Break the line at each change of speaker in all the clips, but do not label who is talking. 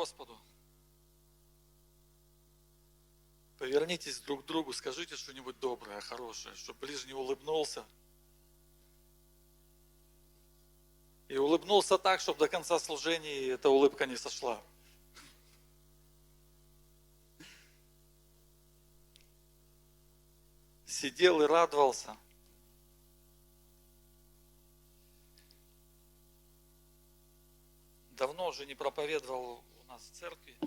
Господу. Повернитесь друг к другу, скажите что-нибудь доброе, хорошее, чтобы ближний улыбнулся. И улыбнулся так, чтобы до конца служения эта улыбка не сошла. Сидел и радовался. Давно уже не проповедовал у нас в церкви.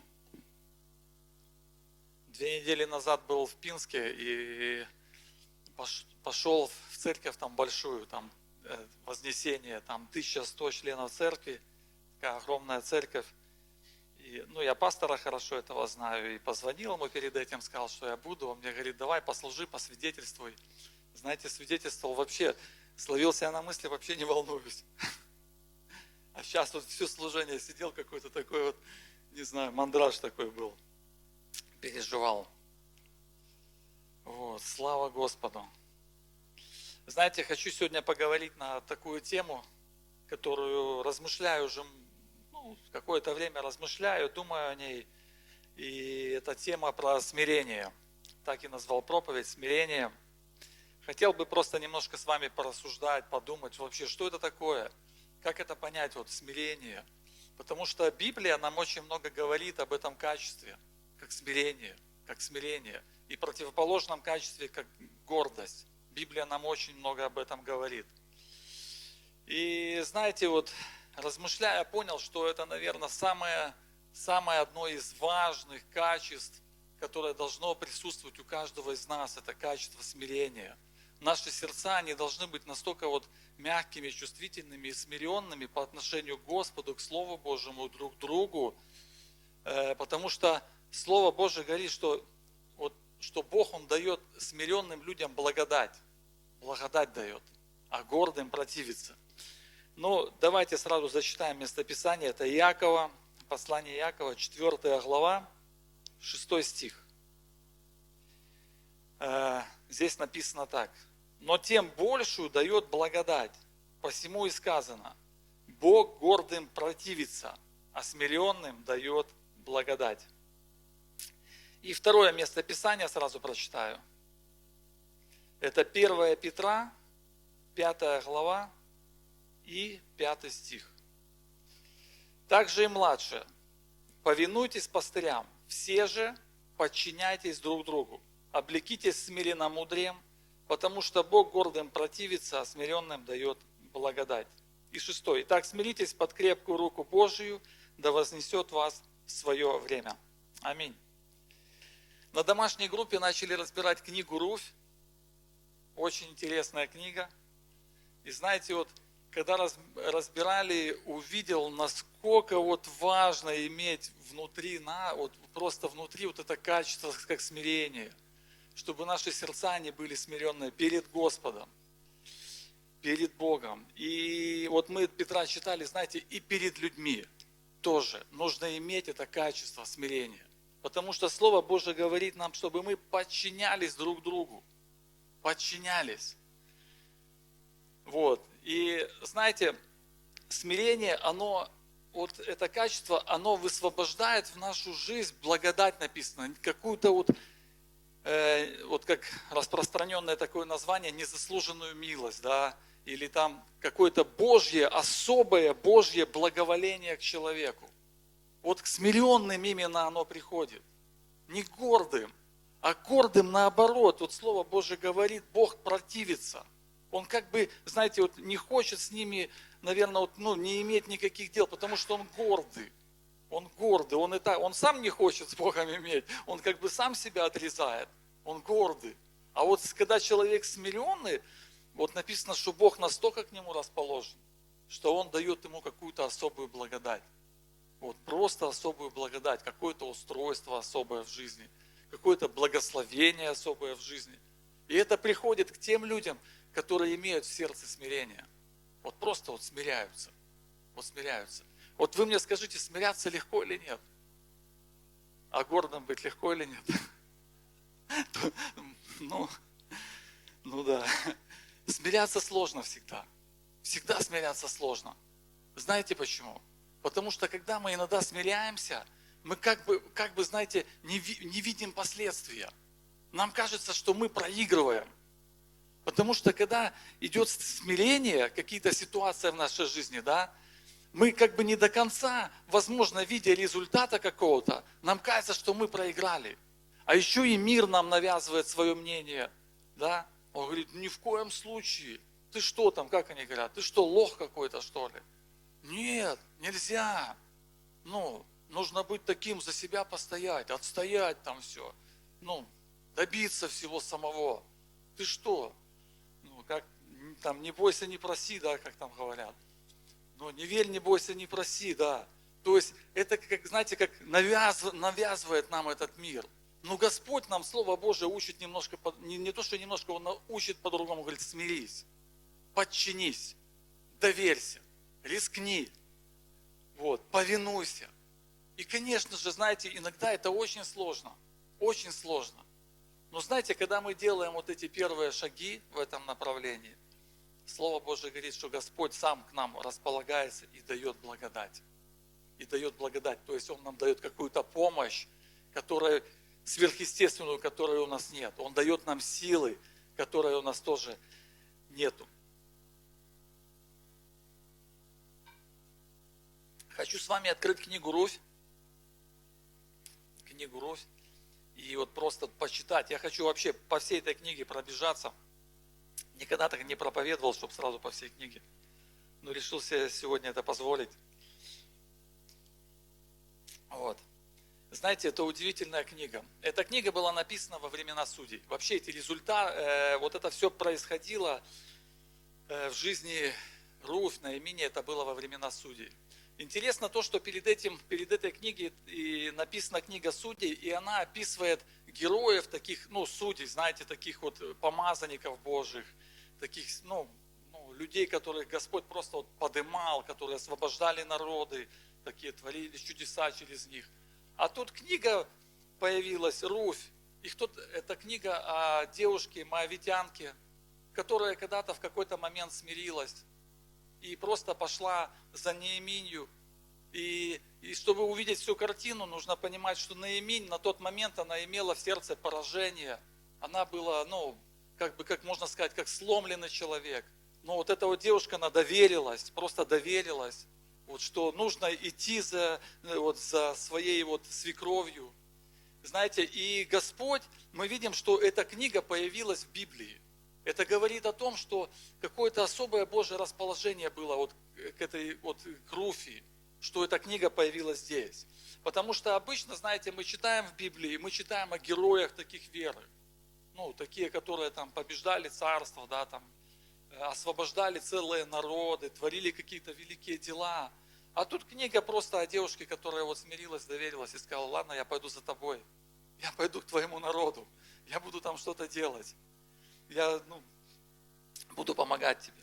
2 недели назад был в Пинске и пошел в церковь там большую, там Вознесение, там 1100 членов церкви, такая огромная церковь. И, я пастора хорошо этого знаю, и позвонил ему перед этим, сказал, что я буду. Он мне говорит, давай послужи, посвидетельствуй. Знаете, свидетельствовал вообще, словил себя на мысли, вообще не волнуюсь. А сейчас вот все служение сидел какой-то такой вот, не знаю, мандраж такой был. Переживал. Вот, слава Господу. Знаете, хочу сегодня поговорить на такую тему, которую размышляю уже, какое-то время размышляю, думаю о ней. И это тема про смирение. Так и назвал проповедь «Смирение». Хотел бы просто немножко с вами порассуждать, подумать вообще, что это такое, как это понять, вот смирение. Потому что Библия нам очень много говорит об этом качестве, как смирение, как смирение. И противоположном качестве, как гордость. Библия нам очень много об этом говорит. И знаете, вот размышляя, понял, что это, наверное, самое одно из важных качеств, которое должно присутствовать у каждого из нас, это качество смирения. Наши сердца, они должны быть настолько вот мягкими, чувствительными и смиренными по отношению к Господу, к Слову Божьему, друг к другу, потому что Слово Божие говорит, что Бог, Он дает смиренным людям благодать дает, а гордым противится. Давайте сразу зачитаем местописание, это Иакова, послание Иакова, 4 глава, 6 стих. Здесь написано так. Но тем большую дает благодать, посему и сказано, Бог гордым противится, а смиренным дает благодать. И второе местописание сразу прочитаю. Это 1 Петра, 5 глава и 5 стих. Также и младшие, повинуйтесь пастырям, все же подчиняйтесь друг другу, облекитесь смиренномудрием, потому что Бог гордым противится, а смиренным дает благодать. И 6. Итак, смиритесь под крепкую руку Божию, да вознесет вас в свое время. Аминь. На домашней группе начали разбирать книгу «Руфь». Очень интересная книга. И знаете, вот когда разбирали, увидел, насколько вот важно иметь внутри, просто внутри вот это качество, как смирение, чтобы наши сердца, они были смиренные перед Господом, перед Богом. И вот мы Петра читали, знаете, и перед людьми тоже нужно иметь это качество смирения. Потому что Слово Божие говорит нам, чтобы мы подчинялись друг другу. Подчинялись. Вот. И знаете, смирение, это качество, оно высвобождает в нашу жизнь, благодать написано, какую-то вот как распространенное такое название, незаслуженную милость, да, или там какое-то особое Божье благоволение к человеку. Вот к смиренным именно оно приходит. Не к гордым, а гордым наоборот. Вот Слово Божие говорит, Бог противится. Он как бы, знаете, вот не хочет с ними, наверное, не иметь никаких дел, потому что он гордый. Он гордый, он сам не хочет с Богом иметь, он как бы сам себя отрезает, он гордый. А вот когда человек смиренный, вот написано, что Бог настолько к нему расположен, что он дает ему какую-то особую благодать. Вот просто особую благодать, какое-то устройство особое в жизни, какое-то благословение особое в жизни. И это приходит к тем людям, которые имеют в сердце смирение. Вот просто смиряются. Вот смиряются. Вот вы мне скажите, смиряться легко или нет? А гордым быть легко или нет? Ну да. Смиряться сложно всегда. Всегда смиряться сложно. Знаете почему? Потому что когда мы иногда смиряемся, мы как бы, знаете, не видим последствия. Нам кажется, что мы проигрываем. Потому что когда идет смирение, какие-то ситуации в нашей жизни, да, мы как бы не до конца, возможно, видя результата какого-то, нам кажется, что мы проиграли. А еще и мир нам навязывает свое мнение, да. Он говорит, ни в коем случае. Ты что там, как они говорят, ты что, лох какой-то, что ли? Нет, нельзя. Нужно быть таким, за себя постоять, отстоять там все. Добиться всего самого. Ты что? Как там, не бойся, не проси, да, как там говорят. Не верь, не бойся, не проси, да. То есть это, как, знаете, как навязывает нам этот мир. Но Господь нам, Слово Божие, учит немножко, не то, что немножко, Он учит по-другому, говорит, смирись, подчинись, доверься, рискни, повинуйся. И, конечно же, знаете, иногда это очень сложно, очень сложно. Но знаете, когда мы делаем вот эти первые шаги в этом направлении, Слово Божие говорит, что Господь сам к нам располагается и дает благодать. И дает благодать, то есть Он нам дает какую-то помощь, которая сверхъестественную, которой у нас нет. Он дает нам силы, которые у нас тоже нету. Хочу с вами открыть книгу Руфь. Книгу Руфь. И просто почитать. Я хочу вообще по всей этой книге пробежаться. Никогда так не проповедовал, чтобы сразу по всей книге. Но решил себе сегодня это позволить. Знаете, это удивительная книга. Эта книга была написана во времена судей. Вообще эти результаты, это все происходило в жизни Руфь, Наимини, это было во времена судей. Интересно то, что перед этой книгой и написана книга Судей, и она описывает героев таких, судей, знаете, таких помазанников Божьих, таких, людей, которых Господь просто подымал, которые освобождали народы, такие творили чудеса через них. А тут книга появилась, Руфь, и это книга о девушке, моавитянке, которая когда-то в какой-то момент смирилась и просто пошла за Нееминью. И чтобы увидеть всю картину, нужно понимать, что Нееминь на тот момент она имела в сердце поражение. Она была, как можно сказать, как сломленный человек. Но эта девушка, она доверилась, просто доверилась, что нужно идти за своей свекровью. Знаете, и Господь, мы видим, что эта книга появилась в Библии. Это говорит о том, что какое-то особое Божье расположение было к этой к Руфи, что эта книга появилась здесь. Потому что обычно, знаете, мы читаем в Библии, мы читаем о героях таких веры. Такие, которые там побеждали царство, да, там, освобождали целые народы, творили какие-то великие дела. А тут книга просто о девушке, которая смирилась, доверилась и сказала, ладно, я пойду за тобой, я пойду к твоему народу, я буду там что-то делать. Я буду помогать тебе.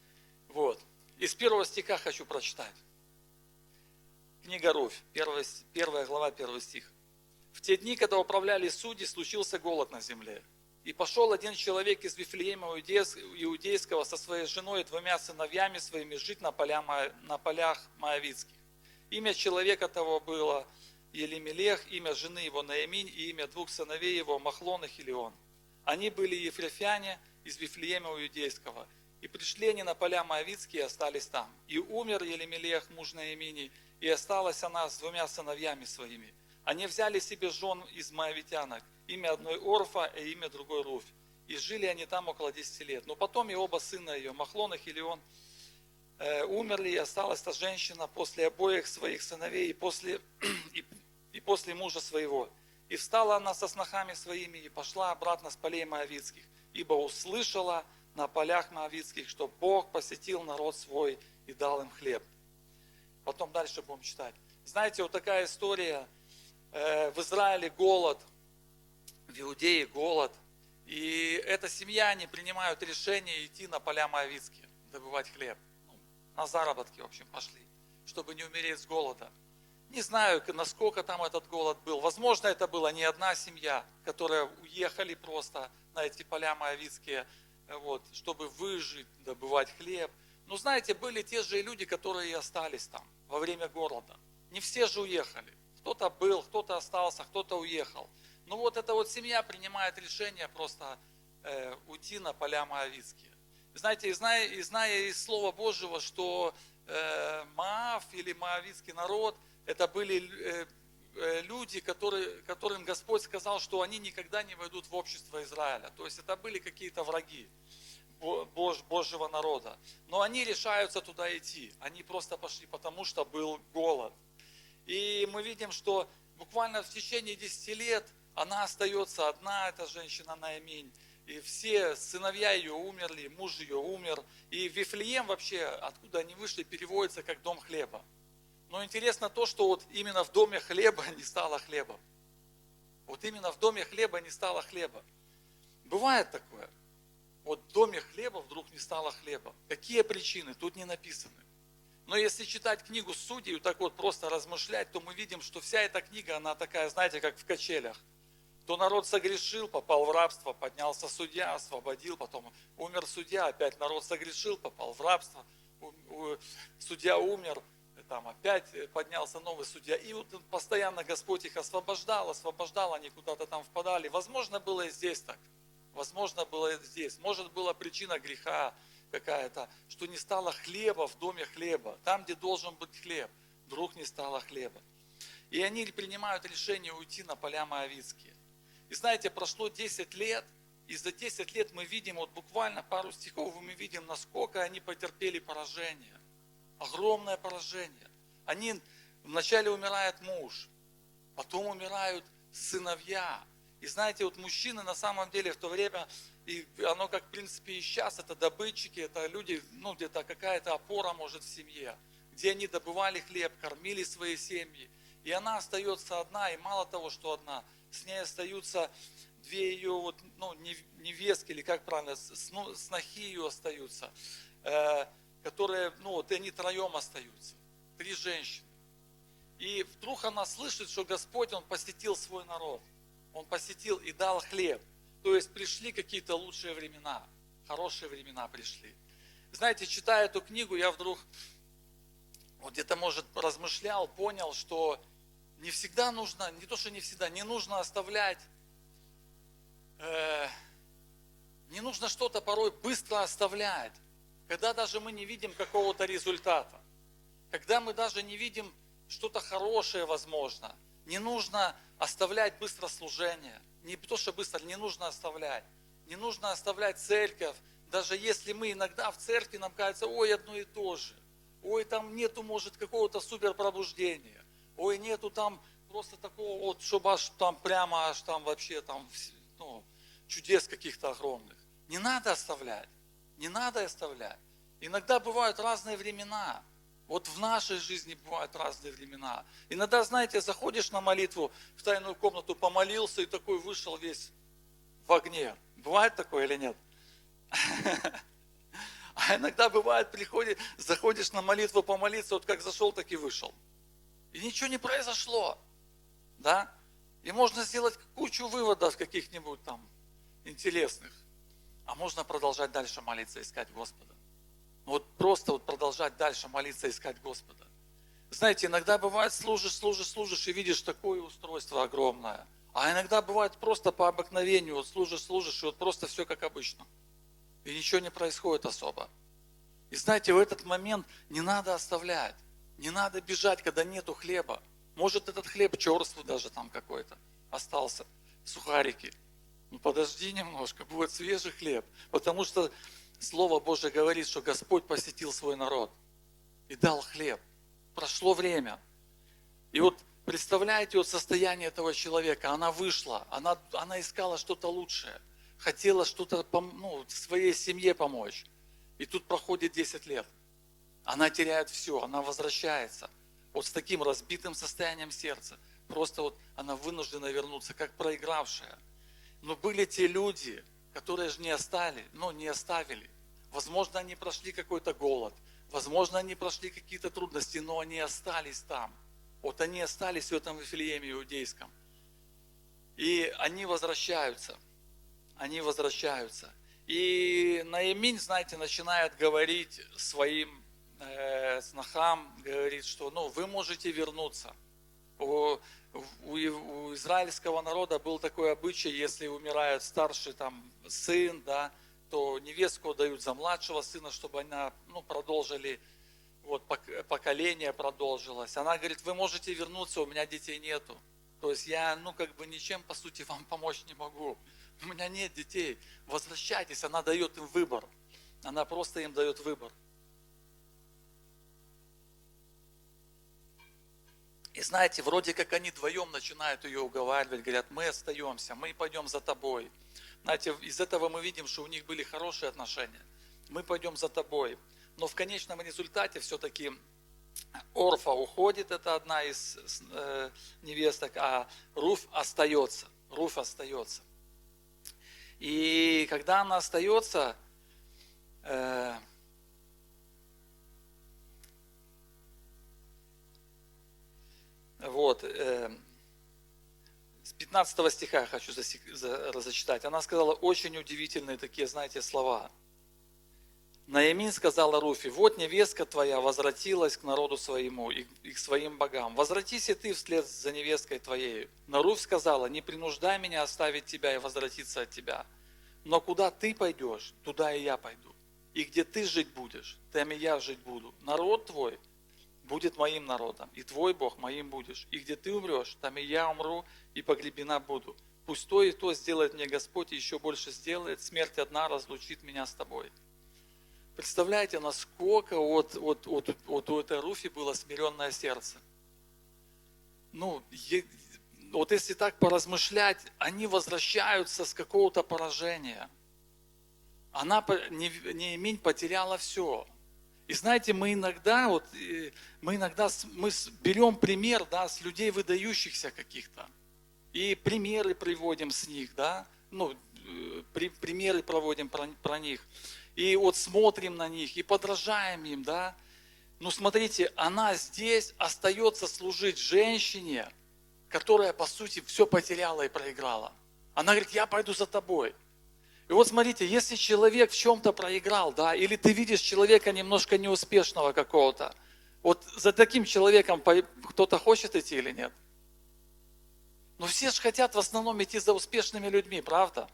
Из 1 стиха хочу прочитать. Книга Руфь, 1 глава, 1 стих. В те дни, когда управляли судьи, случился голод на земле. И пошел один человек из Вифлеема Иудейского со своей женой и 2 сыновьями своими жить на полях моавитских. Имя человека того было Елимелех, имя жены его Наиминь и имя 2 сыновей его Махлон и Хилион. Они были ефрефяне из Вифлеема Иудейского. И пришли они на поля моавитские и остались там. И умер Елимелех, муж Наимини, и осталась она с 2 сыновьями своими. Они взяли себе жен из моавитянок, имя одной Орфа, и имя другой Руфь. И жили они там около 10 лет. Но потом и оба сына ее, Махлон и Хилион, умерли, и осталась та женщина после обоих своих сыновей и после мужа своего. И встала она со снохами своими и пошла обратно с полей моавитских, ибо услышала на полях моавитских, что Бог посетил народ свой и дал им хлеб. Потом дальше будем читать. Знаете, такая история. В Израиле голод, в Иудее голод. И эта семья, они принимают решение идти на поля моавитские, добывать хлеб. На заработки, в общем, пошли, чтобы не умереть с голода. Не знаю, насколько там этот голод был. Возможно, это была не одна семья, которая уехали просто на эти поля моавитские, чтобы выжить, добывать хлеб. Но знаете, были те же люди, которые и остались там во время голода. Не все же уехали. В Кто-то был, кто-то остался, кто-то уехал. Но вот эта вот семья принимает решение просто уйти на поля Моавитские. Знаете, и зная из Слова Божьего, что Моав или Моавитский народ, это были люди, которым Господь сказал, что они никогда не войдут в общество Израиля. То есть это были какие-то враги Божьего народа. Но они решаются туда идти. Они просто пошли, потому что был голод. И мы видим, что буквально в течение 10 лет она остается одна, эта женщина Нааминь. И все сыновья ее умерли, муж ее умер. И Вифлеем вообще, откуда они вышли, переводится как дом хлеба. Но интересно то, что вот именно в доме хлеба не стало хлеба. Вот именно в доме хлеба не стало хлеба. Бывает такое. Вот в доме хлеба вдруг не стало хлеба. Какие причины? Тут не написаны. Но если читать книгу Судей, так вот просто размышлять, то мы видим, что вся эта книга, она такая, знаете, как в качелях. То народ согрешил, попал в рабство, поднялся судья, освободил, потом умер судья, опять народ согрешил, попал в рабство, судья умер, там опять поднялся новый судья. И вот постоянно Господь их освобождал, они куда-то там впадали. Возможно, было и здесь так. Возможно, было и здесь. Может, была причина греха какая-то, что не стало хлеба в доме хлеба. Там, где должен быть хлеб, вдруг не стало хлеба. И они принимают решение уйти на поля Моавитские. И знаете, прошло 10 лет, и за 10 лет мы видим, вот буквально пару стихов, мы видим, насколько они потерпели поражение. Огромное поражение. Вначале умирает муж, потом умирают сыновья. И знаете, вот мужчины на самом деле в то время, и оно как в принципе и сейчас, это добытчики, это люди, где-то какая-то опора может в семье, где они добывали хлеб, кормили свои семьи. И она остается одна, и мало того, что одна, с ней остаются две ее невестки, или как правильно, снохи ее остаются, которые, они троем остаются, 3 женщины. И вдруг она слышит, что Господь, Он посетил свой народ. Он посетил и дал хлеб. То есть пришли какие-то лучшие времена, хорошие времена пришли. Знаете, читая эту книгу, я вдруг где-то, может, размышлял, понял, что не всегда нужно, не то, что не всегда, не нужно оставлять, не нужно что-то порой быстро оставлять, когда даже мы не видим какого-то результата, когда мы даже не видим что-то хорошее, возможно. Не нужно оставлять быстро служение. Не то, что быстро, не нужно оставлять. Не нужно оставлять церковь. Даже если мы иногда в церкви, нам кажется, ой, одно и то же. Ой, там нету, может, какого-то супер пробуждения. Ой, нету там просто такого вот, чтобы аж там прямо, аж там вообще там, чудес каких-то огромных. Не надо оставлять. Не надо оставлять. Иногда бывают разные времена. Вот в нашей жизни бывают разные времена. Иногда, знаете, заходишь на молитву, в тайную комнату помолился и такой вышел весь в огне. Бывает такое или нет? А иногда бывает, заходишь на молитву помолиться, вот как зашел, так и вышел. И ничего не произошло. Да? И можно сделать кучу выводов каких-нибудь там интересных. А можно продолжать дальше молиться, искать Господа. Вот просто продолжать дальше молиться, искать Господа. Знаете, иногда бывает служишь и видишь такое устройство огромное. А иногда бывает просто по обыкновению, вот служишь, и вот просто все как обычно. И ничего не происходит особо. И знаете, в этот момент не надо оставлять, не надо бежать, когда нету хлеба. Может, этот хлеб черствый даже там какой-то остался, сухарики. Ну подожди немножко, будет свежий хлеб, потому что Слово Божие говорит, что Господь посетил свой народ и дал хлеб. Прошло время. И вот представляете вот состояние этого человека. Она вышла, она искала что-то лучшее. Хотела что-то своей семье помочь. И тут проходит 10 лет. Она теряет все, она возвращается. Вот с таким разбитым состоянием сердца. Просто вот она вынуждена вернуться, как проигравшая. Но были те люди, которые же не оставили. Возможно, они прошли какой-то голод, возможно, они прошли какие-то трудности, но они остались там. Вот они остались в этом Вифлееме иудейском. И они возвращаются. И Нааминь, знаете, начинает говорить своим снохам, говорит, что вы можете вернуться. У израильского народа был такой обычай, если умирает старший там сын, да, то невестку дают за младшего сына, чтобы она продолжили, вот поколение продолжилось. Она говорит, вы можете вернуться, у меня детей нету. То есть я, ничем, по сути, вам помочь не могу. У меня нет детей. Возвращайтесь, она дает им выбор. Она просто им дает выбор. И знаете, вроде как они вдвоем начинают ее уговаривать, говорят, мы остаемся, мы пойдем за тобой. Знаете, из этого мы видим, что у них были хорошие отношения. Мы пойдем за тобой. Но в конечном результате все-таки Орфа уходит, это одна из невесток, а Руф остается. Руф остается. И когда она остается, с 15 стиха я хочу зачитать. Она сказала очень удивительные такие, знаете, слова. Наамин сказала Руфе, вот невестка твоя возвратилась к народу своему и к своим богам. Возвратись и ты вслед за невесткой твоей. Но Руфь сказала, не принуждай меня оставить тебя и возвратиться от тебя. Но куда ты пойдешь, туда и я пойду. И где ты жить будешь, там и я жить буду. Народ твой будет моим народом, и твой Бог моим будешь. И где ты умрешь, там и я умру, и погребена буду. Пусть то и то сделает мне Господь, и еще больше сделает. Смерть одна разлучит меня с тобой. Представляете, насколько у этой Руфи было смиренное сердце. Вот если так поразмышлять, они возвращаются с какого-то поражения. Нееминь потеряла все. И знаете, мы иногда берем пример, да, с людей выдающихся каких-то. И примеры приводим с них, да, примеры проводим про них. И вот смотрим на них и подражаем им, да. Смотрите, она здесь остается служить женщине, которая, по сути, все потеряла и проиграла. Она говорит, я пойду за тобой. И вот смотрите, если человек в чем-то проиграл, да, или ты видишь человека немножко неуспешного какого-то, вот за таким человеком кто-то хочет идти или нет? Все же хотят в основном идти за успешными людьми, правда?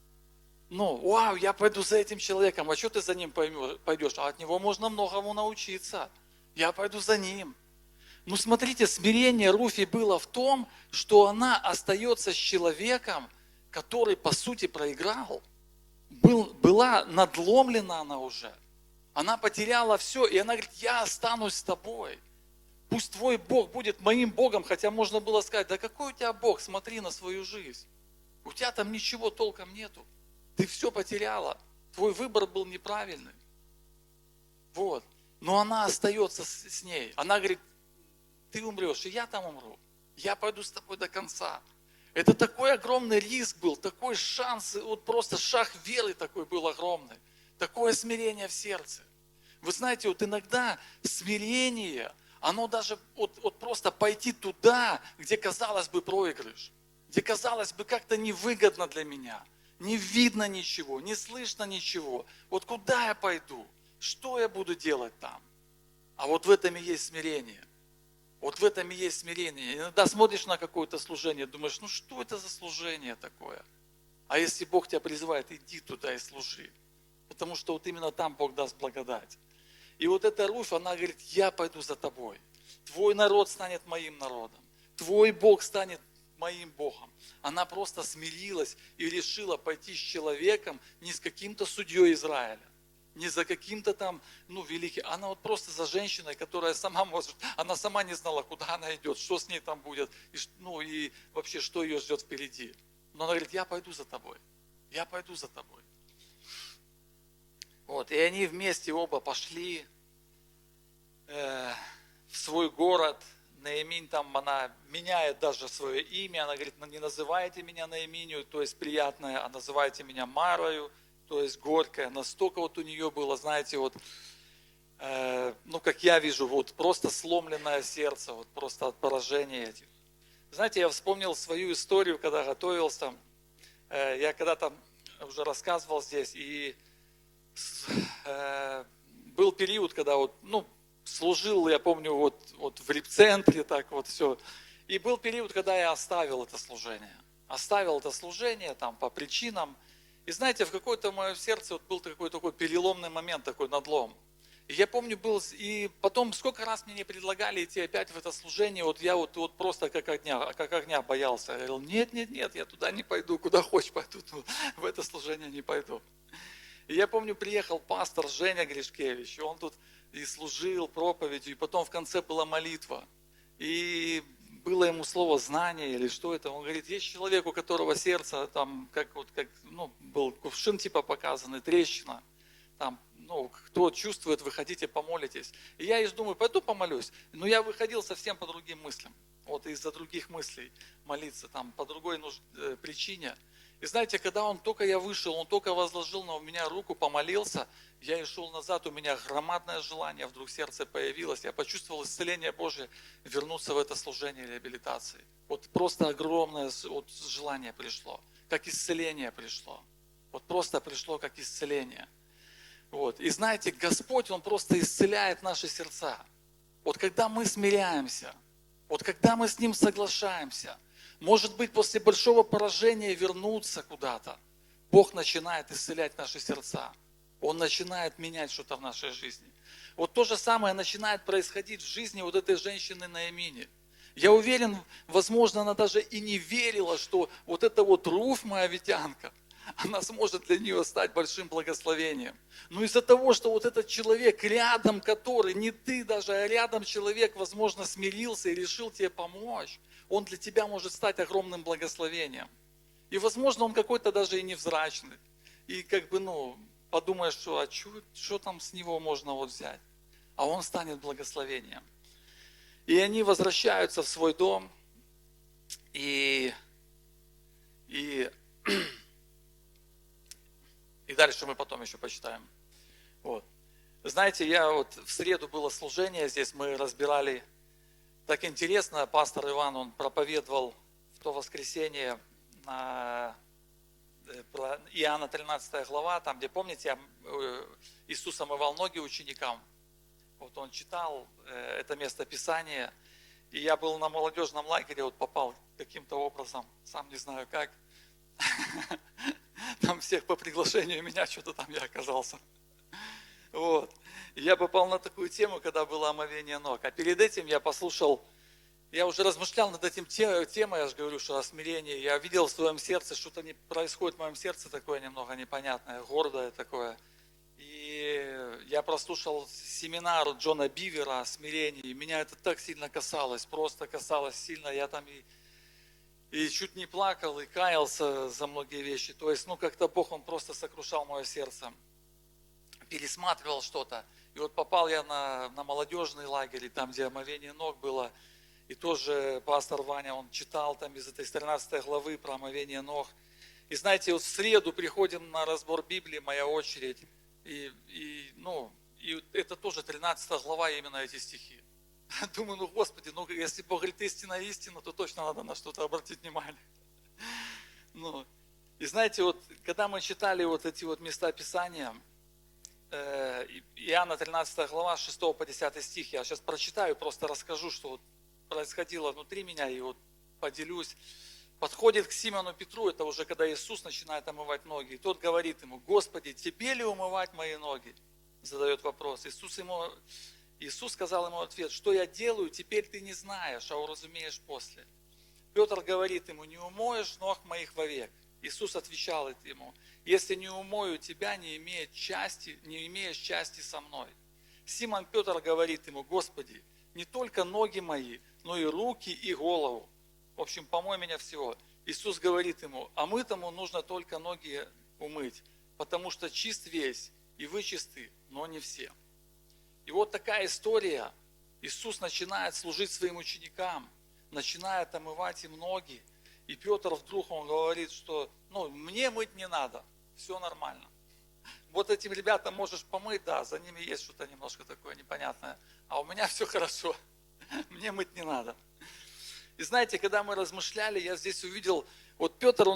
Вау, я пойду за этим человеком, а что ты за ним пойдешь? А от него можно многому научиться. Я пойду за ним. Смотрите, смирение Руфи было в том, что она остается с человеком, который, по сути, проиграл. Была надломлена она уже. Она потеряла все, и она говорит, я останусь с тобой. Пусть твой Бог будет моим Богом, хотя можно было сказать, да какой у тебя Бог, смотри на свою жизнь. У тебя там ничего толком нету. Ты все потеряла. Твой выбор был неправильный. Вот. Но она остается с ней. Она говорит, ты умрешь, и я там умру. Я пойду с тобой до конца. Это такой огромный риск был, такой шанс, вот просто шаг веры такой был огромный. Такое смирение в сердце. Вы знаете, вот иногда смирение, оно даже вот просто пойти туда, где казалось бы проигрыш. Где казалось бы как-то невыгодно для меня. Не видно ничего, не слышно ничего. Вот куда я пойду? Что я буду делать там? А вот в этом и есть смирение. Вот в этом и есть смирение. Иногда смотришь на какое-то служение, думаешь, что это за служение такое? А если Бог тебя призывает, иди туда и служи. Потому что вот именно там Бог даст благодать. И вот эта Руфь, она говорит, я пойду за тобой. Твой народ станет моим народом. Твой Бог станет моим Богом. Она просто смирилась и решила пойти с человеком, не с каким-то судьей Израиля, не за каким-то там, великим. Она вот просто за женщиной, которая сама может, она сама не знала, куда она идет, что с ней там будет, и вообще, что ее ждет впереди. Но она говорит, я пойду за тобой. Я пойду за тобой. Вот, и они вместе оба пошли в свой город. Наамин там, она меняет даже свое имя, она говорит, не называйте меня Нааминью, то есть приятное, а называйте меня Марою, то есть горькое. Настолько вот у нее было, знаете, как я вижу, просто сломленное сердце, просто от поражения этих. Знаете, я вспомнил свою историю, когда готовился, я когда-то уже рассказывал здесь, и был период, когда служил, я помню, в репцентре, так вот все. И был период, когда я оставил это служение. Оставил это служение там по причинам. И знаете, в какое-то мое сердце вот был такой переломный момент, такой надлом. И я помню, и потом сколько раз мне не предлагали идти опять в это служение, вот я вот просто как огня боялся. Я говорил, нет, я туда не пойду, куда хочешь пойду, но в это служение не пойду. И я помню, приехал пастор Женя Гришкевич, и он тут и служил проповедью, и потом в конце была молитва. И было ему слово знание или что это. Он говорит, есть человек, у которого сердце там, был кувшин типа показанный, трещина. Там, кто чувствует, выходите, помолитесь. И я думаю, пойду помолюсь. Но я выходил совсем по другим мыслям. Вот из-за других мыслей молиться, там, по другой причине. И знаете, когда я вышел, он только возложил на меня руку, помолился, я и шел назад, у меня громадное желание вдруг в сердце появилось, я почувствовал исцеление Божие, вернуться в это служение реабилитации. Вот просто огромное желание пришло, как исцеление пришло. Вот просто пришло как исцеление. Вот. И знаете, Господь, Он просто исцеляет наши сердца. Вот когда мы смиряемся, вот когда мы с Ним соглашаемся, может быть, после большого поражения вернуться куда-то, Бог начинает исцелять наши сердца. Он начинает менять что-то в нашей жизни. Вот то же самое начинает происходить в жизни вот этой женщины Наамини. Я уверен, возможно, она даже и не верила, что вот эта вот Руфь, моавитянка, она сможет для нее стать большим благословением. Но из-за того, что вот этот человек рядом, который, не ты даже, а рядом человек, возможно, смирился и решил тебе помочь, он для тебя может стать огромным благословением. И, возможно, он какой-то даже и невзрачный. И подумаешь, что там с него можно взять. А он станет благословением. И они возвращаются в свой дом. И дальше мы потом еще почитаем. Вот. Знаете, в среду было служение здесь, мы разбирали. Так интересно, пастор Иван, он проповедовал в то воскресенье про Иоанна 13 глава, там, где, помните, Иисус омывал ноги ученикам. Вот он читал это место Писания, и я был на молодежном лагере, попал каким-то образом, сам не знаю как. Там всех по приглашению меня, что-то там я оказался. Вот. И я попал на такую тему, когда было омовение ног. А перед этим я уже размышлял над этим темой, я же говорю, что о смирении. Я видел в своем сердце, что-то происходит в моем сердце такое немного непонятное, гордое такое. И я прослушал семинар Джона Бивера о смирении. И меня это так сильно касалось, просто касалось сильно. Я там и чуть не плакал, и каялся за многие вещи. То есть, как-то Бог, Он просто сокрушал мое сердце. Пересматривал что-то. И вот попал я на молодежный лагерь, там, где омовение ног было. И тоже пастор Ваня, он читал там из этой 13 главы про омовение ног. И знаете, вот в среду приходим на разбор Библии, моя очередь. И это тоже 13 глава, именно эти стихи. Думаю, Господи, если Бог говорит истина, то точно надо на что-то обратить внимание. И знаете, когда мы читали эти места Писания, Иоанна 13 глава, 6 по 10 стих, я сейчас прочитаю, просто расскажу, что происходило внутри меня, и поделюсь. Подходит к Симону Петру, это уже когда Иисус начинает омывать ноги, и тот говорит ему: Господи, тебе ли умывать мои ноги? Задает вопрос. Иисус сказал ему в ответ: что я делаю, теперь ты не знаешь, а уразумеешь после. Петр говорит ему: не умоешь ног моих вовек. Иисус отвечал ему: если не умою тебя, не имеешь части со мной. Симон Петр говорит ему: Господи, не только ноги мои, но и руки и голову. В общем, помой меня всего. Иисус говорит ему: а мытому нужно только ноги умыть, потому что чист весь, и вы чисты, но не все. И вот такая история. Иисус начинает служить своим ученикам, начинает омывать им ноги. И Петр вдруг, он говорит, что мне мыть не надо, все нормально. Вот этим ребятам можешь помыть, да, за ними есть что-то немножко такое непонятное, а у меня все хорошо, мне мыть не надо. И знаете, когда мы размышляли, я здесь увидел, Петр,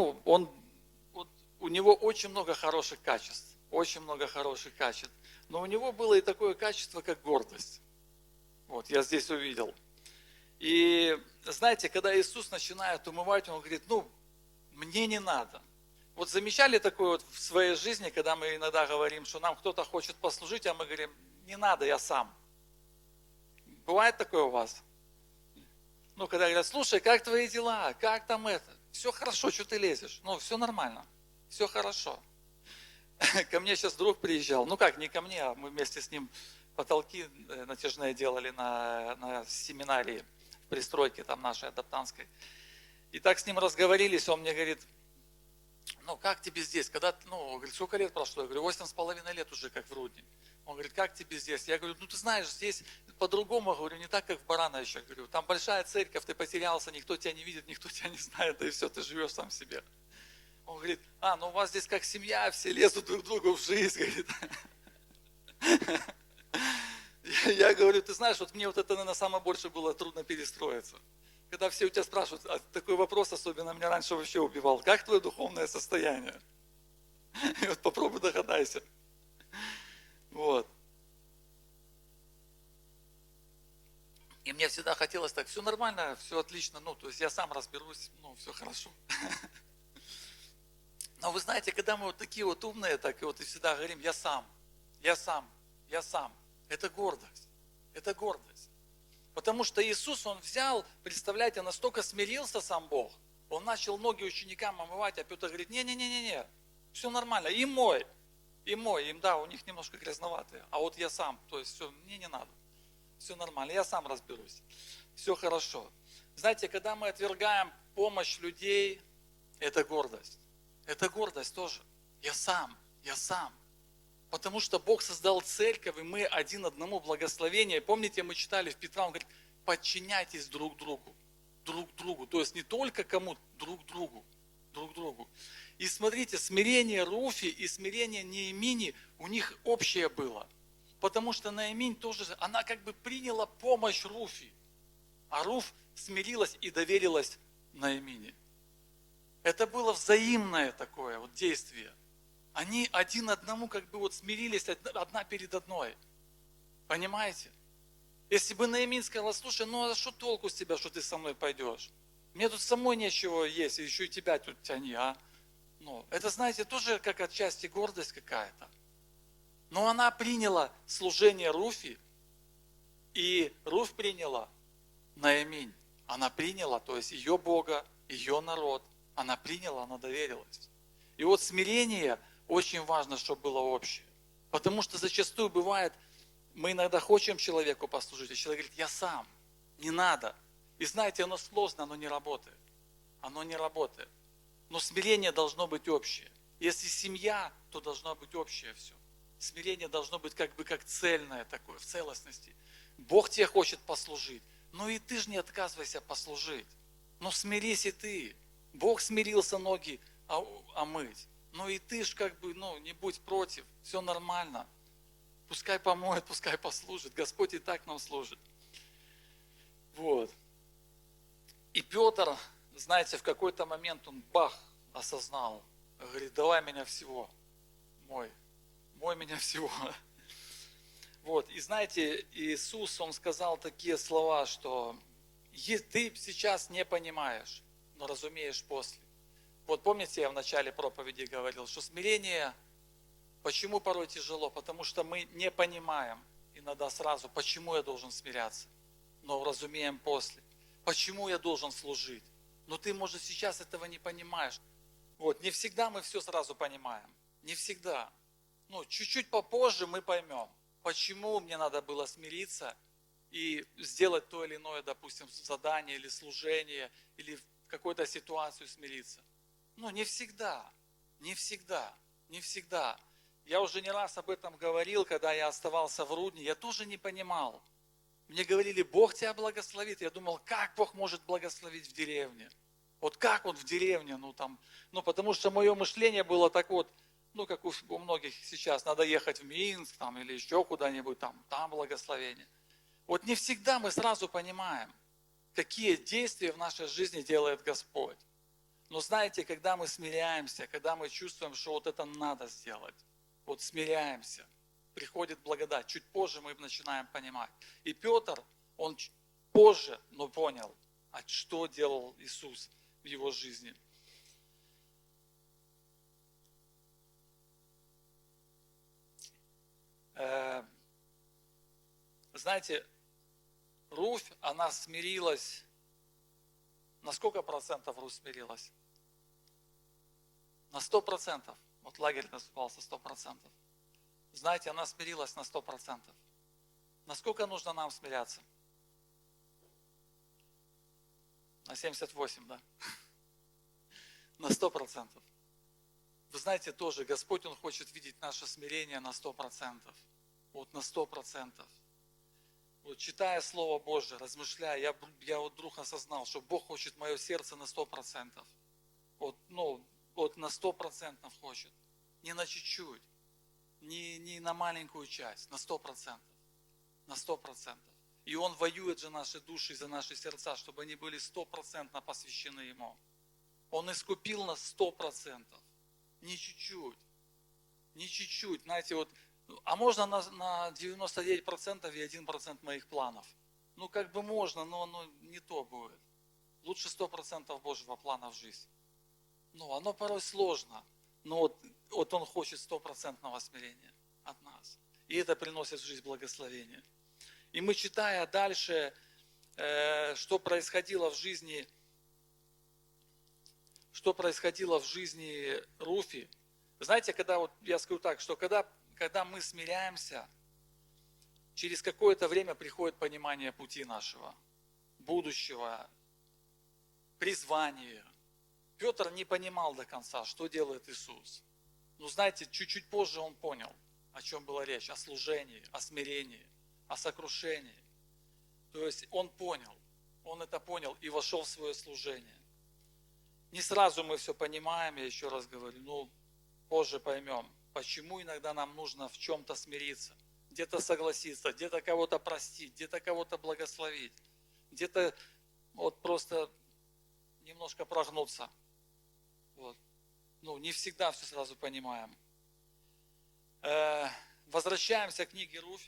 у него очень много хороших качеств, но у него было и такое качество, как гордость. Я здесь увидел. И знаете, когда Иисус начинает умывать, Он говорит, ну, мне не надо. Вот замечали такое вот в своей жизни, когда мы иногда говорим, что нам кто-то хочет послужить, а мы говорим, не надо, я сам. Бывает такое у вас? Ну, когда говорят, слушай, как твои дела, как там это? Все хорошо, что ты лезешь? Ну, все нормально, все хорошо. Ко мне сейчас друг приезжал, ну как, не ко мне, а мы вместе с ним потолки натяжные делали на семинарии в пристройке там нашей адаптанской. И так с ним разговорились, он мне говорит, ну как тебе здесь, когда, ну, говорит, сколько лет прошло? Я говорю, 8,5 лет уже как в Рудне. Он говорит, как тебе здесь? Я говорю, ну ты знаешь, здесь по-другому, говорю, не так, как в Барановичах. Говорю, там большая церковь, ты потерялся, никто тебя не видит, никто тебя не знает, да и все, ты живешь сам себе. Он говорит, ну у вас здесь как семья, все лезут друг другу в жизнь, говорит. Я говорю, ты знаешь, вот мне вот это, наверное, самое больше было трудно перестроиться. Когда все у тебя спрашивают, такой вопрос особенно меня раньше вообще убивал, как твое духовное состояние? И вот попробуй догадайся. Вот. И мне всегда хотелось так, все нормально, все отлично, ну, то есть я сам разберусь, ну, все хорошо. Но вы знаете, когда мы вот такие вот умные, так и вот и всегда говорим, я сам, я сам, я сам. Это гордость, это гордость. Потому что Иисус, Он взял, представляете, настолько смирился сам Бог, Он начал ноги ученикам омывать, а Петр говорит, не-не-не-не, все нормально, и мой, им, да, у них немножко грязноватые, а вот я сам, то есть все, мне не надо, все нормально, я сам разберусь, все хорошо. Знаете, когда мы отвергаем помощь людей, это гордость. Это гордость тоже. Я сам, я сам. Потому что Бог создал церковь, и мы один одному благословение. Помните, мы читали в Петра, он говорит, подчиняйтесь друг другу. Друг другу. То есть не только кому, друг другу. Друг другу. И смотрите, смирение Руфи и смирение Неемини у них общее было. Потому что Нееминь тоже, она как бы приняла помощь Руфи. А Руф смирилась и доверилась Неемине. Это было взаимное такое вот действие. Они один одному как бы вот смирились одна перед одной. Понимаете? Если бы Наимин сказала, слушай, ну а что толку с тебя, что ты со мной пойдешь? Мне тут самой нечего есть, и еще и тебя тут тяни, а? Ну, это, знаете, тоже как отчасти гордость какая-то. Но она приняла служение Руфи, и Руфь приняла Наиминь. Она приняла, то есть ее Бога, ее народ. Она приняла, она доверилась. И вот смирение очень важно, чтобы было общее. Потому что зачастую бывает, мы иногда хотим человеку послужить, а человек говорит, я сам, не надо. И знаете, оно сложно, оно не работает. Оно не работает. Но смирение должно быть общее. Если семья, то должно быть общее все. Смирение должно быть как бы как цельное такое, в целостности. Бог тебе хочет послужить. Ну и ты же не отказывайся послужить. Но смирись и ты. Бог смирился ноги омыть. Ну и ты ж как бы, ну не будь против, все нормально. Пускай помоет, пускай послужит. Господь и так нам служит. Вот. И Петр, знаете, в какой-то момент он осознал. Говорит, давай меня всего. Мой меня всего. Вот. И знаете, Иисус, Он сказал такие слова, что ты сейчас не понимаешь, но разумеешь после. Вот помните, я в начале проповеди говорил, что смирение, почему порой тяжело? Потому что мы не понимаем иногда сразу, почему я должен смиряться, но разумеем после. Почему я должен служить? Но ты, может, сейчас этого не понимаешь. Вот, не всегда мы все сразу понимаем. Не всегда. Ну, чуть-чуть попозже мы поймем, почему мне надо было смириться и сделать то или иное, допустим, задание или служение, или в какой-то ситуацию смириться. Ну, не всегда, не всегда, не всегда. Я уже не раз об этом говорил, когда я оставался в Рудне, я тоже не понимал. Мне говорили, Бог тебя благословит. Я думал, как Бог может благословить в деревне? Вот как он в деревне, потому что мое мышление было так вот, как у многих сейчас, надо ехать в Минск там, или еще куда-нибудь, там благословение. Вот не всегда мы сразу понимаем, какие действия в нашей жизни делает Господь. Но знаете, когда мы смиряемся, когда мы чувствуем, что вот это надо сделать, вот смиряемся, приходит благодать. Чуть позже мы начинаем понимать. И Петр, он позже, но понял, а что делал Иисус в его жизни. Знаете, Руфь, она смирилась. На сколько процентов Руфь смирилась? На 100%. Вот лагерь назывался 100%. Знаете, она смирилась на 100%. Насколько нужно нам смиряться? На 78, да? На 100%. Вы знаете, тоже Господь, Он хочет видеть наше смирение на 100%. Вот на 100%. Вот читая Слово Божие, размышляя, я вот вдруг осознал, что Бог хочет мое сердце на 100%. Вот, вот на 100% хочет. Не на чуть-чуть, не на маленькую часть, на 100%. На 100%. И Он воюет за наши души, за наши сердца, чтобы они были 100% посвящены Ему. Он искупил нас 100%. Не чуть-чуть. Не чуть-чуть. Знаете, вот, а можно на 99% и 1% моих планов? Ну, как бы можно, но не то будет. Лучше 100% Божьего плана в жизнь. Ну, оно порой сложно, но вот Он хочет 100% смирения от нас. И это приносит в жизнь благословение. И мы, читая дальше, что происходило в жизни Руфи. Знаете, когда вот я скажу так, что когда мы смиряемся, через какое-то время приходит понимание пути нашего, будущего, призвания. Петр не понимал до конца, что делает Иисус. Но знаете, чуть-чуть позже он понял, о чем была речь, о служении, о смирении, о сокрушении. То есть он это понял и вошел в свое служение. Не сразу мы все понимаем, я еще раз говорю, позже поймем, почему иногда нам нужно в чем-то смириться, где-то согласиться, где-то кого-то простить, где-то кого-то благословить, где-то вот просто немножко прогнуться. Вот. Не всегда все сразу понимаем. Возвращаемся к книге Руфь.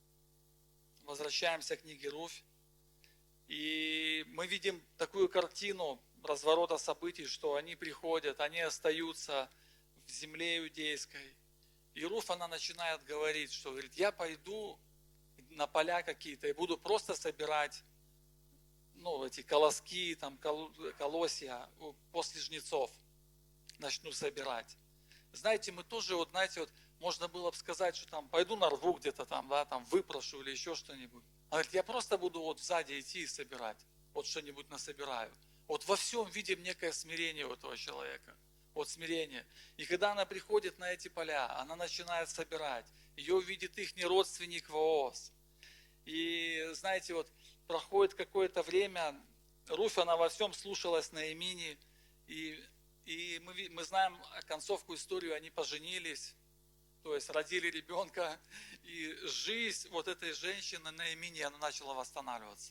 И мы видим такую картину разворота событий, что они приходят, они остаются в земле иудейской. И Руфь, она начинает говорить, что говорит, я пойду на поля какие-то и буду просто собирать эти колоски, там, колосья после жнецов. Начну собирать. Знаете, мы тоже, можно было бы сказать, что там пойду нарву где-то там, да, там выпрошу или еще что-нибудь. Она говорит, я просто буду сзади идти и собирать, что-нибудь насобираю. Во всем видим некое смирение у этого человека, смирение. И когда она приходит на эти поля, она начинает собирать, ее видит их родственник Вооз. И знаете, проходит какое-то время, Руфь, она во всем слушалась Наимини, и мы знаем концовку историю, они поженились, то есть родили ребенка, и жизнь этой женщины Наимини, она начала восстанавливаться.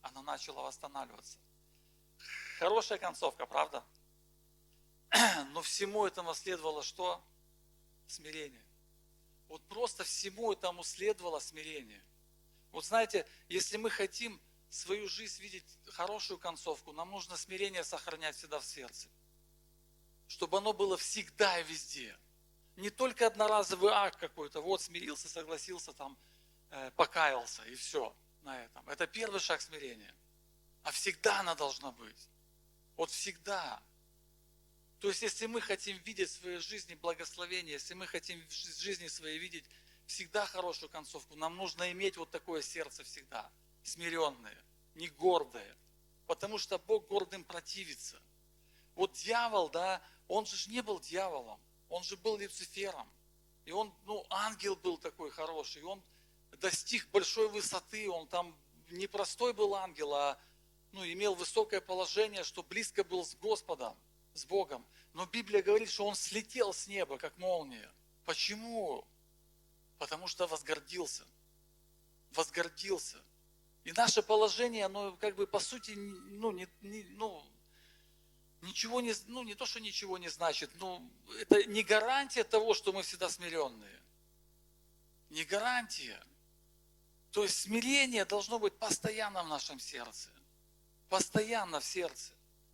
Хорошая концовка, правда? Но всему этому следовало что? Смирение. Просто всему этому следовало смирение. Знаете, если мы хотим свою жизнь видеть хорошую концовку, нам нужно смирение сохранять всегда в сердце. Чтобы оно было всегда и везде. Не только одноразовый акт какой-то, смирился, согласился, там, покаялся и все на этом. Это первый шаг смирения. А всегда она должна быть. Всегда. То есть, если мы хотим видеть в своей жизни благословение, если мы хотим в жизни своей видеть всегда хорошую концовку, нам нужно иметь такое сердце всегда, смиренное, не гордое. Потому что Бог гордым противится. Дьявол, да, он же не был дьяволом, он же был Люцифером. И он, ангел был такой хороший, он достиг большой высоты, он там не простой был ангел, а имел высокое положение, что близко был с Господом, с Богом. Но Библия говорит, что он слетел с неба, как молния. Почему? Потому что возгордился. И наше положение, оно по сути, ничего не то, что ничего не значит, это не гарантия того, что мы всегда смиренные. Не гарантия. То есть смирение должно быть постоянно в нашем сердце. Постоянно в сердце.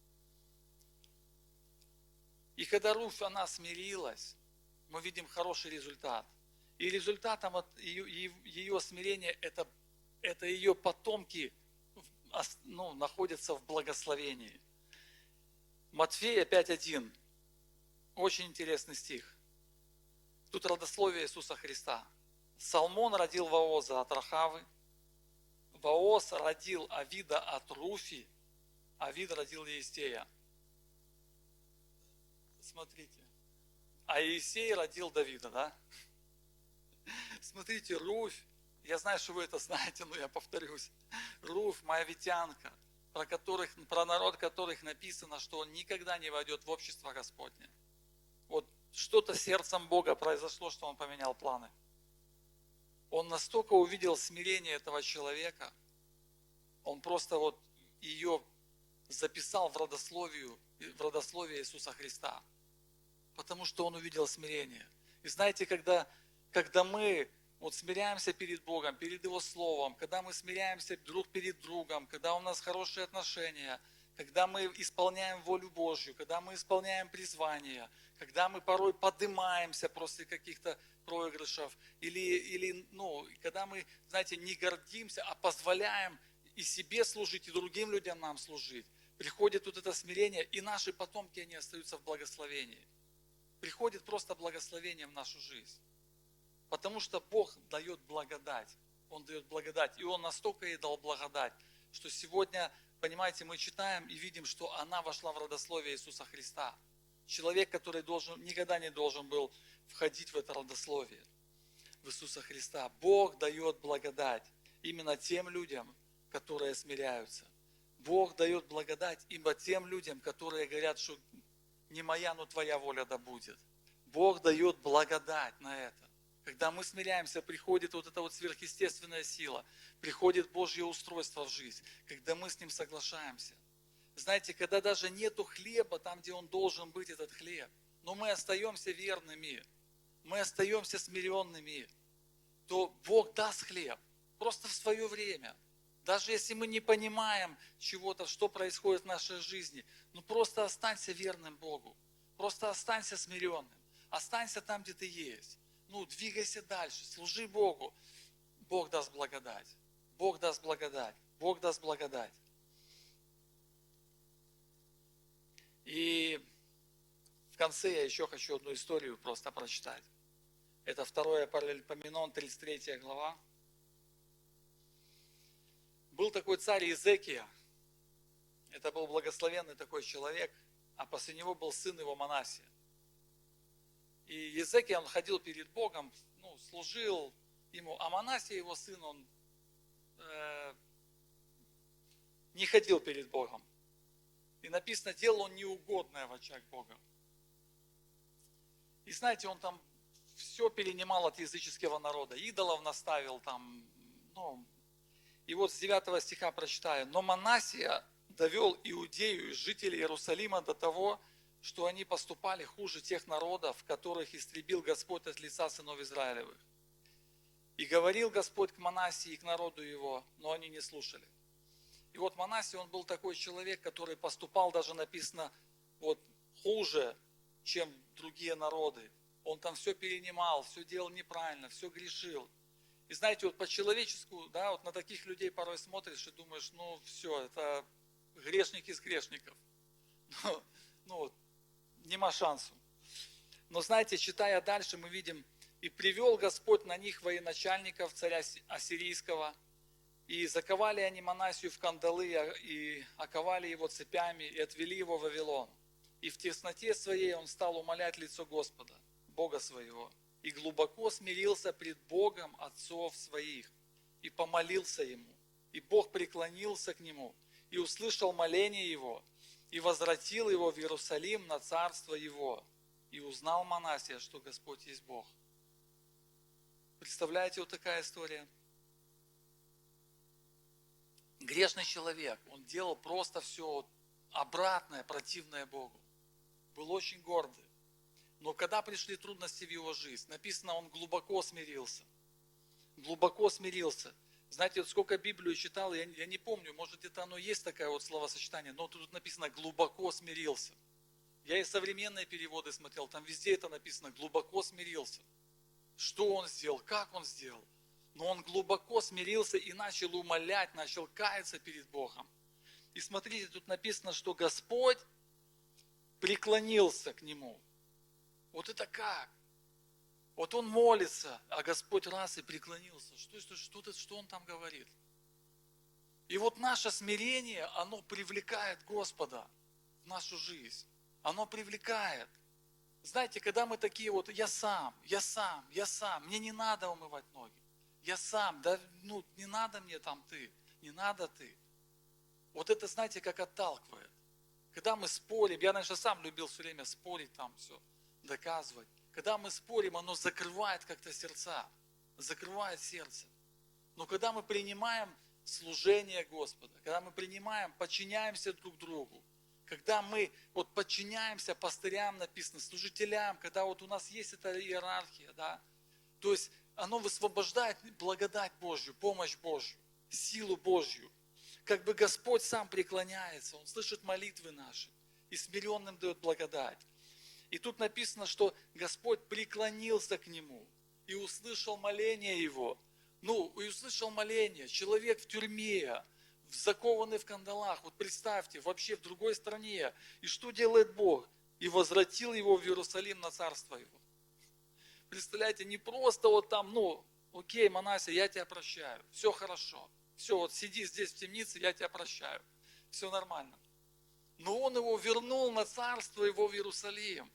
И когда Руфь, она смирилась, мы видим хороший результат. И результатом от ее смирения это ее потомки находятся в благословении. Матфея 5:1. Очень интересный стих. Тут родословие Иисуса Христа. Салмон родил Вооза от Рахавы. Вооз родил Авида от Руфи. Авид родил Иестея. Смотрите. А Иисей родил Давида, да? Смотрите, Руфь, я знаю, что вы это знаете, но я повторюсь. Руфь, моавитянка, про народ которых написано, что он никогда не войдет в общество Господне. Вот что-то сердцем Бога произошло, что он поменял планы. Он настолько увидел смирение этого человека, он просто вот ее записал в родословие Иисуса Христа. Потому что он увидел смирение. И знаете, когда мы вот смиряемся перед Богом, перед Его Словом, когда мы смиряемся друг перед другом, когда у нас хорошие отношения, когда мы исполняем волю Божью, когда мы исполняем призвание, когда мы порой поднимаемся после каких-то проигрышев, или когда мы, знаете, не гордимся, а позволяем и себе служить, и другим людям нам служить, приходит вот это смирение, и наши потомки, они остаются в благословении. Приходит просто благословение в нашу жизнь. Потому что Бог дает благодать. Он дает благодать. И Он настолько ей дал благодать, что сегодня, понимаете, мы читаем и видим, что она вошла в родословие Иисуса Христа. Человек, который никогда не должен был входить в это родословие, в Иисуса Христа. Бог дает благодать именно тем людям, которые смиряются. Бог дает благодать именно тем людям, которые говорят, что не моя, но твоя воля да будет. Бог дает благодать на это. Когда мы смиряемся, приходит вот эта вот сверхъестественная сила, приходит Божье устройство в жизнь, когда мы с Ним соглашаемся. Знаете, когда даже нету хлеба там, где он должен быть, этот хлеб, но мы остаемся верными, мы остаемся смиренными, то Бог даст хлеб просто в свое время. Даже если мы не понимаем чего-то, что происходит в нашей жизни, ну просто останься верным Богу. Просто останься смиренным. Останься там, где ты есть. Ну, двигайся дальше, служи Богу. Бог даст благодать. Бог даст благодать. Бог даст благодать. И в конце я еще хочу одну историю просто прочитать. Это 2 Паралипоменон, 33 глава. Был такой царь Иезекия, это был благословенный такой человек, а после него был сын его Манассия. И Иезекия, он ходил перед Богом, служил ему, а Манассия, его сын, он не ходил перед Богом. И написано, делал он неугодное в очах Бога. И знаете, он там все перенимал от языческого народа, идолов наставил там, И вот с 9 стиха прочитаю. «Но Манассия довел Иудею и жителей Иерусалима до того, что они поступали хуже тех народов, которых истребил Господь от лица сынов Израилевых. И говорил Господь к Манассии и к народу его, но они не слушали». И вот Манассия, он был такой человек, который поступал, даже написано, хуже, чем другие народы. Он там все перенимал, все делал неправильно, все грешил. И знаете, по-человеческу, на таких людей порой смотришь и думаешь, все, это грешник из грешников. Нема шансу. Но знаете, читая дальше, мы видим, и привел Господь на них военачальников царя Ассирийского, и заковали они Манассию в кандалы, и оковали его цепями, и отвели его в Вавилон. И в тесноте своей он стал умолять лицо Господа, Бога своего, и глубоко смирился пред Богом отцов своих, и помолился ему. И Бог преклонился к нему, и услышал моление его, и возвратил его в Иерусалим на царство его. И узнал Манассия, что Господь есть Бог. Представляете, вот такая история? Грешный человек, он делал просто все обратное, противное Богу. Был очень гордый. Но когда пришли трудности в его жизнь, написано, он глубоко смирился. Глубоко смирился. Знаете, вот сколько Библию читал, я не помню, может где-то оно есть такое вот словосочетание, но тут написано «глубоко смирился». Я и современные переводы смотрел, там везде это написано «глубоко смирился». Что он сделал, как он сделал. Но он глубоко смирился и начал умолять, начал каяться перед Богом. И смотрите, тут написано, что Господь преклонился к нему. Вот это как? Вот он молится, а Господь раз и преклонился. Что он там говорит? И вот наше смирение, оно привлекает Господа в нашу жизнь. Оно привлекает. Знаете, когда мы такие вот, я сам, мне не надо умывать ноги. Я сам, да, не надо мне там ты, не надо ты. Вот это, знаете, как отталкивает. Когда мы спорим, я раньше сам любил все время спорить там все, доказывать. Когда мы спорим, оно закрывает как-то сердца, закрывает сердце. Но когда мы принимаем служение Господа, когда мы принимаем, подчиняемся друг другу, когда мы вот подчиняемся пастырям, написано, служителям, когда вот у нас есть эта иерархия, да, то есть оно высвобождает благодать Божью, помощь Божью, силу Божью. Как бы Господь сам преклоняется, Он слышит молитвы наши и смиренным дает благодать. И тут написано, что Господь преклонился к нему и услышал моление его. И услышал моление. Человек в тюрьме, закованный в кандалах. Вот представьте, вообще в другой стране. И что делает Бог? И возвратил его в Иерусалим на царство его. Представляете, не просто вот там, окей, Манасия, я тебя прощаю. Все хорошо. Все, вот сиди здесь в темнице, я тебя прощаю. Все нормально. Но он его вернул на царство его в Иерусалим.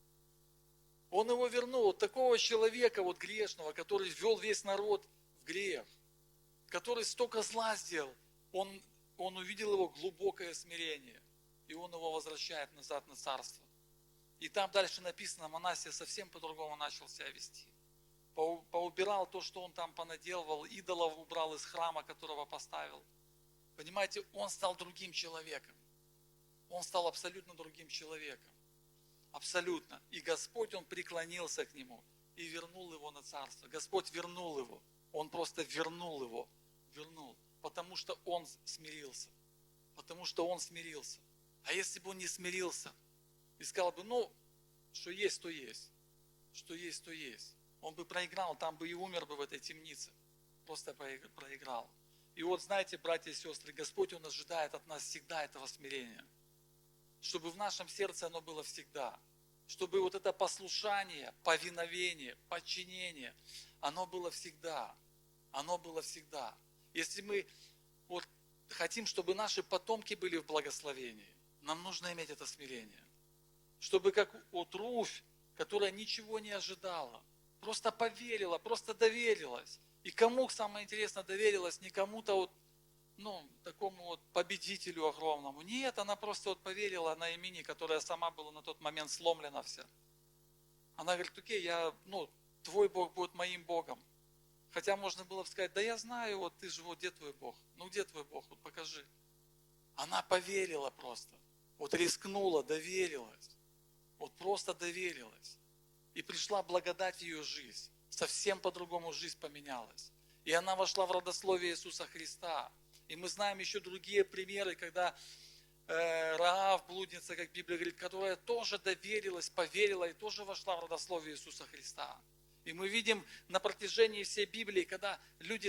Он его вернул, вот такого человека вот грешного, который ввел весь народ в грех, который столько зла сделал, он увидел его глубокое смирение, и он его возвращает назад на царство. И там дальше написано, Манасия совсем по-другому начал себя вести. Поубирал то, что он там понаделывал, идолов убрал из храма, которого поставил. Понимаете, он стал другим человеком. Он стал абсолютно другим человеком. Абсолютно. И Господь, Он преклонился к нему и вернул его на царство. Господь вернул его. Он просто вернул его. Вернул. Потому что он смирился. Потому что он смирился. А если бы он не смирился и сказал бы, что есть, то есть. Что есть, то есть. Он бы проиграл, там бы и умер бы в этой темнице. Просто проиграл. И вот знаете, братья и сестры, Господь, Он ожидает от нас всегда этого смирения. Чтобы в нашем сердце оно было всегда. Чтобы вот это послушание, повиновение, подчинение, оно было всегда. Оно было всегда. Если мы вот хотим, чтобы наши потомки были в благословении, нам нужно иметь это смирение. Чтобы как вот Руфь, которая ничего не ожидала, просто поверила, просто доверилась. И кому, самое интересное, доверилась, не кому-то вот, такому вот победителю огромному. Нет, она просто вот поверила Наамини, которая сама была на тот момент сломлена вся. Она говорит, окей, твой Бог будет моим Богом. Хотя можно было бы сказать, да я знаю, вот ты же, вот где твой Бог? Где твой Бог? Вот покажи. Она поверила просто. Вот рискнула, доверилась. Вот просто доверилась. И пришла благодать в ее жизнь. Совсем по-другому жизнь поменялась. И она вошла в родословие Иисуса Христа. И мы знаем еще другие примеры, когда Раав, блудница, как Библия говорит, которая тоже доверилась, поверила и тоже вошла в родословие Иисуса Христа. И мы видим на протяжении всей Библии, когда люди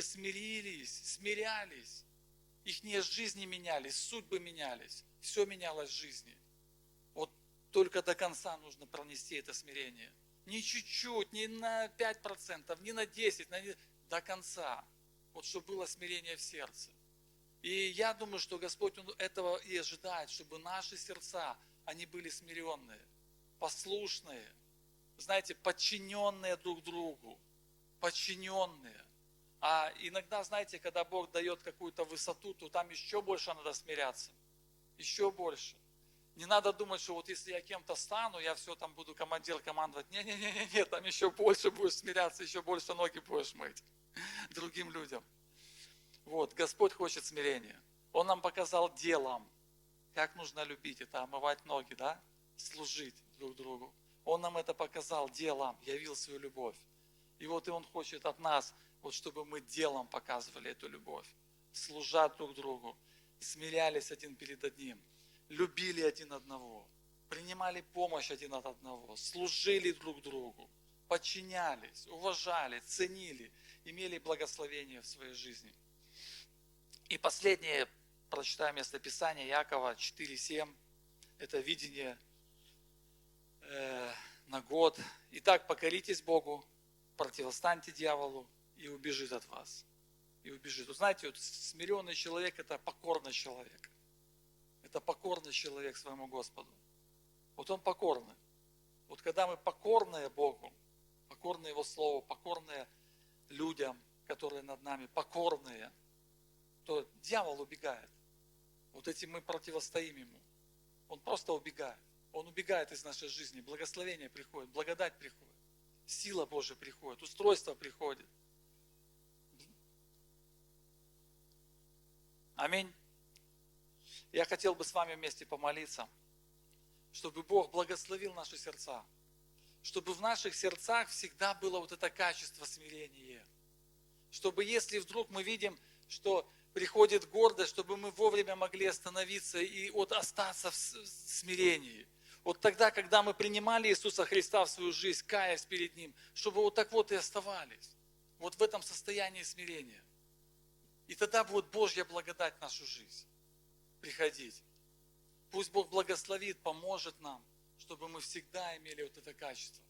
смирялись, их жизни менялись, судьбы менялись, все менялось в жизни. Вот только до конца нужно пронести это смирение. Не чуть-чуть, не на 5%, не на 10%, до конца. Вот чтобы было смирение в сердце. И я думаю, что Господь Он этого и ожидает, чтобы наши сердца, они были смиренные, послушные, знаете, подчиненные друг другу, подчиненные. А иногда, знаете, когда Бог дает какую-то высоту, то там еще больше надо смиряться, еще больше. Не надо думать, что вот если я кем-то стану, я все там буду командир командовать. Не, там еще больше будешь смиряться, еще больше ноги будешь мыть другим людям. Вот, Господь хочет смирения. Он нам показал делом, как нужно любить, это омывать ноги, да, служить друг другу. Он нам это показал делом, явил свою любовь. И вот и Он хочет от нас Вот чтобы мы делом показывали эту любовь, служа друг другу, смирялись один перед одним, любили один одного, принимали помощь один от одного, служили друг другу, подчинялись, уважали, ценили, имели благословение в своей жизни. И последнее, прочитаем местописание Иакова 4:7, это видение на год. Итак, покоритесь Богу, противостаньте дьяволу, и убежит от вас. И убежит. Вы знаете, вот смиренный человек – это покорный человек. Это покорный человек своему Господу. Вот он покорный. Вот когда мы покорные Богу, покорные Его Слову, покорные людям, которые над нами, покорные, то дьявол убегает. Вот этим мы противостоим ему. Он просто убегает. Он убегает из нашей жизни. Благословение приходит, благодать приходит, сила Божия приходит, устройство приходит. Аминь. Я хотел бы с вами вместе помолиться, чтобы Бог благословил наши сердца, чтобы в наших сердцах всегда было вот это качество смирения. Чтобы если вдруг мы видим, что приходит гордость, чтобы мы вовремя могли остановиться и вот остаться в смирении. Вот тогда, когда мы принимали Иисуса Христа в свою жизнь, каясь перед Ним, чтобы вот так вот и оставались, вот в этом состоянии смирения. И тогда будет Божья благодать в нашу жизнь приходить. Пусть Бог благословит, поможет нам, чтобы мы всегда имели вот это качество.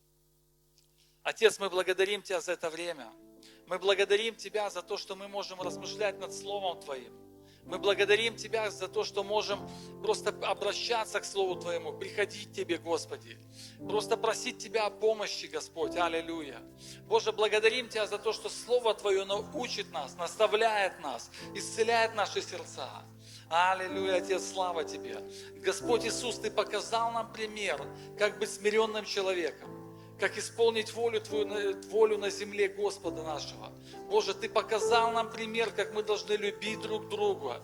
Отец, мы благодарим Тебя за это время. Мы благодарим Тебя за то, что мы можем размышлять над Словом Твоим. Мы благодарим Тебя за то, что можем просто обращаться к Слову Твоему, приходить к Тебе, Господи. Просто просить Тебя о помощи, Господь. Аллилуйя. Боже, благодарим Тебя за то, что Слово Твое научит нас, наставляет нас, исцеляет наши сердца. Аллилуйя, Отец, слава Тебе. Господь Иисус, Ты показал нам пример, как быть смиренным человеком. Как исполнить волю Твою, волю на земле Господа нашего. Боже, Ты показал нам пример, как мы должны любить друг друга,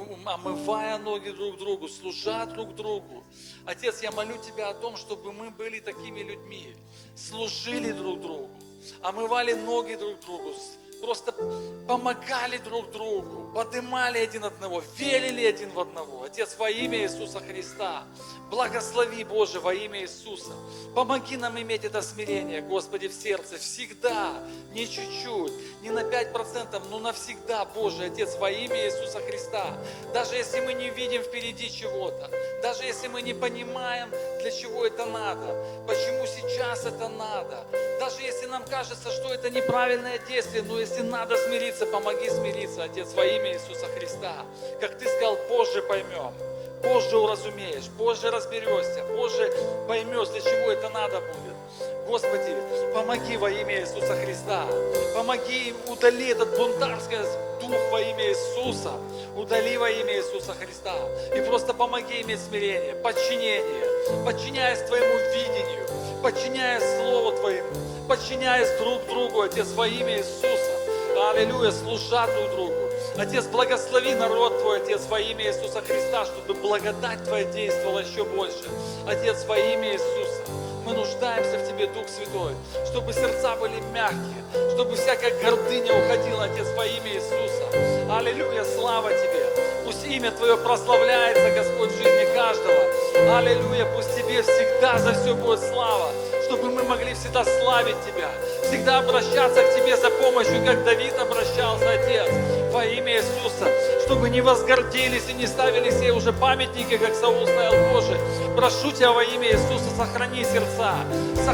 омывая ноги друг другу, служа друг другу. Отец, я молю Тебя о том, чтобы мы были такими людьми, служили друг другу, омывали ноги друг другу, просто помогали друг другу, поднимали один одного, верили один в одного. Отец, во имя Иисуса Христа, благослови, Боже, во имя Иисуса. Помоги нам иметь это смирение, Господи, в сердце всегда, не чуть-чуть, не на 5%, но навсегда, Боже, Отец, во имя Иисуса Христа. Даже если мы не видим впереди чего-то, даже если мы не понимаем, для чего это надо, почему сейчас это надо, даже если нам кажется, что это неправильное действие, но если надо смириться, помоги смириться, Отец, во имя Иисуса Христа. Как Ты сказал, позже поймем, позже уразумеешь, позже разберешься, позже поймешь, для чего это надо будет. Господи, помоги во имя Иисуса Христа. Помоги им, удали этот бунтарский дух во имя Иисуса. Удали во имя Иисуса Христа. И просто помоги иметь смирение, подчинение, подчиняясь Твоему видению, подчиняясь Слову Твоему, подчиняясь друг другу, Отец, во имя Иисуса. Аллилуйя, служа друг другу. Отец, благослови народ Твой, Отец, во имя Иисуса Христа, чтобы благодать Твоя действовала еще больше. Отец, во имя Иисуса, мы нуждаемся в Тебе, Дух Святой, чтобы сердца были мягкие, чтобы всякая гордыня уходила, Отец, во имя Иисуса. Аллилуйя, слава Тебе. Пусть имя Твое прославляется, Господь, в жизни каждого. Аллилуйя, пусть Тебе всегда за все будет слава, чтобы мы могли всегда славить Тебя, всегда обращаться к Тебе за помощью, как Давид обращался, Отец, во имя Иисуса, чтобы не возгордились и не ставили себе уже памятники, как Саул ставил. Боже, прошу Тебя во имя Иисуса, сохрани сердца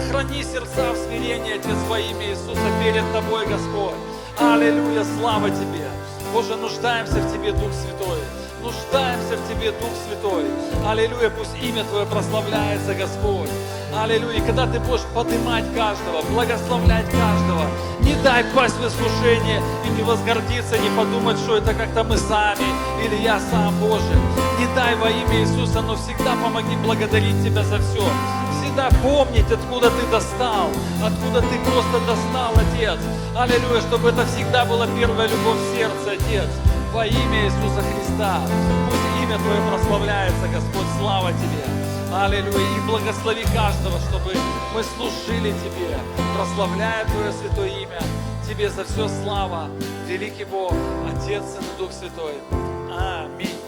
в смирении, Отец, во имя Иисуса перед Тобой, Господь. Аллилуйя, слава Тебе. Боже, нуждаемся в Тебе, Дух Святой. Нуждаемся в Тебе, Дух Святой. Аллилуйя, пусть имя Твое прославляется, Господь. Аллилуйя, и когда Ты будешь поднимать каждого, благословлять каждого, не дай пасть в искушение и не возгордиться, не подумать, что это как-то мы сами или я сам, Боже. Не дай во имя Иисуса, но всегда помоги благодарить Тебя за все. Всегда помнить, откуда Ты достал, откуда Ты просто достал, Отец. Аллилуйя, чтобы это всегда была первая любовь в сердце, Отец. Во имя Иисуса Христа. Пусть имя Твое прославляется, Господь, слава Тебе. Аллилуйя. И благослови каждого, чтобы мы служили Тебе, прославляя Твое святое имя, Тебе за все слава, великий Бог, Отец, Сын и Дух Святой. Аминь.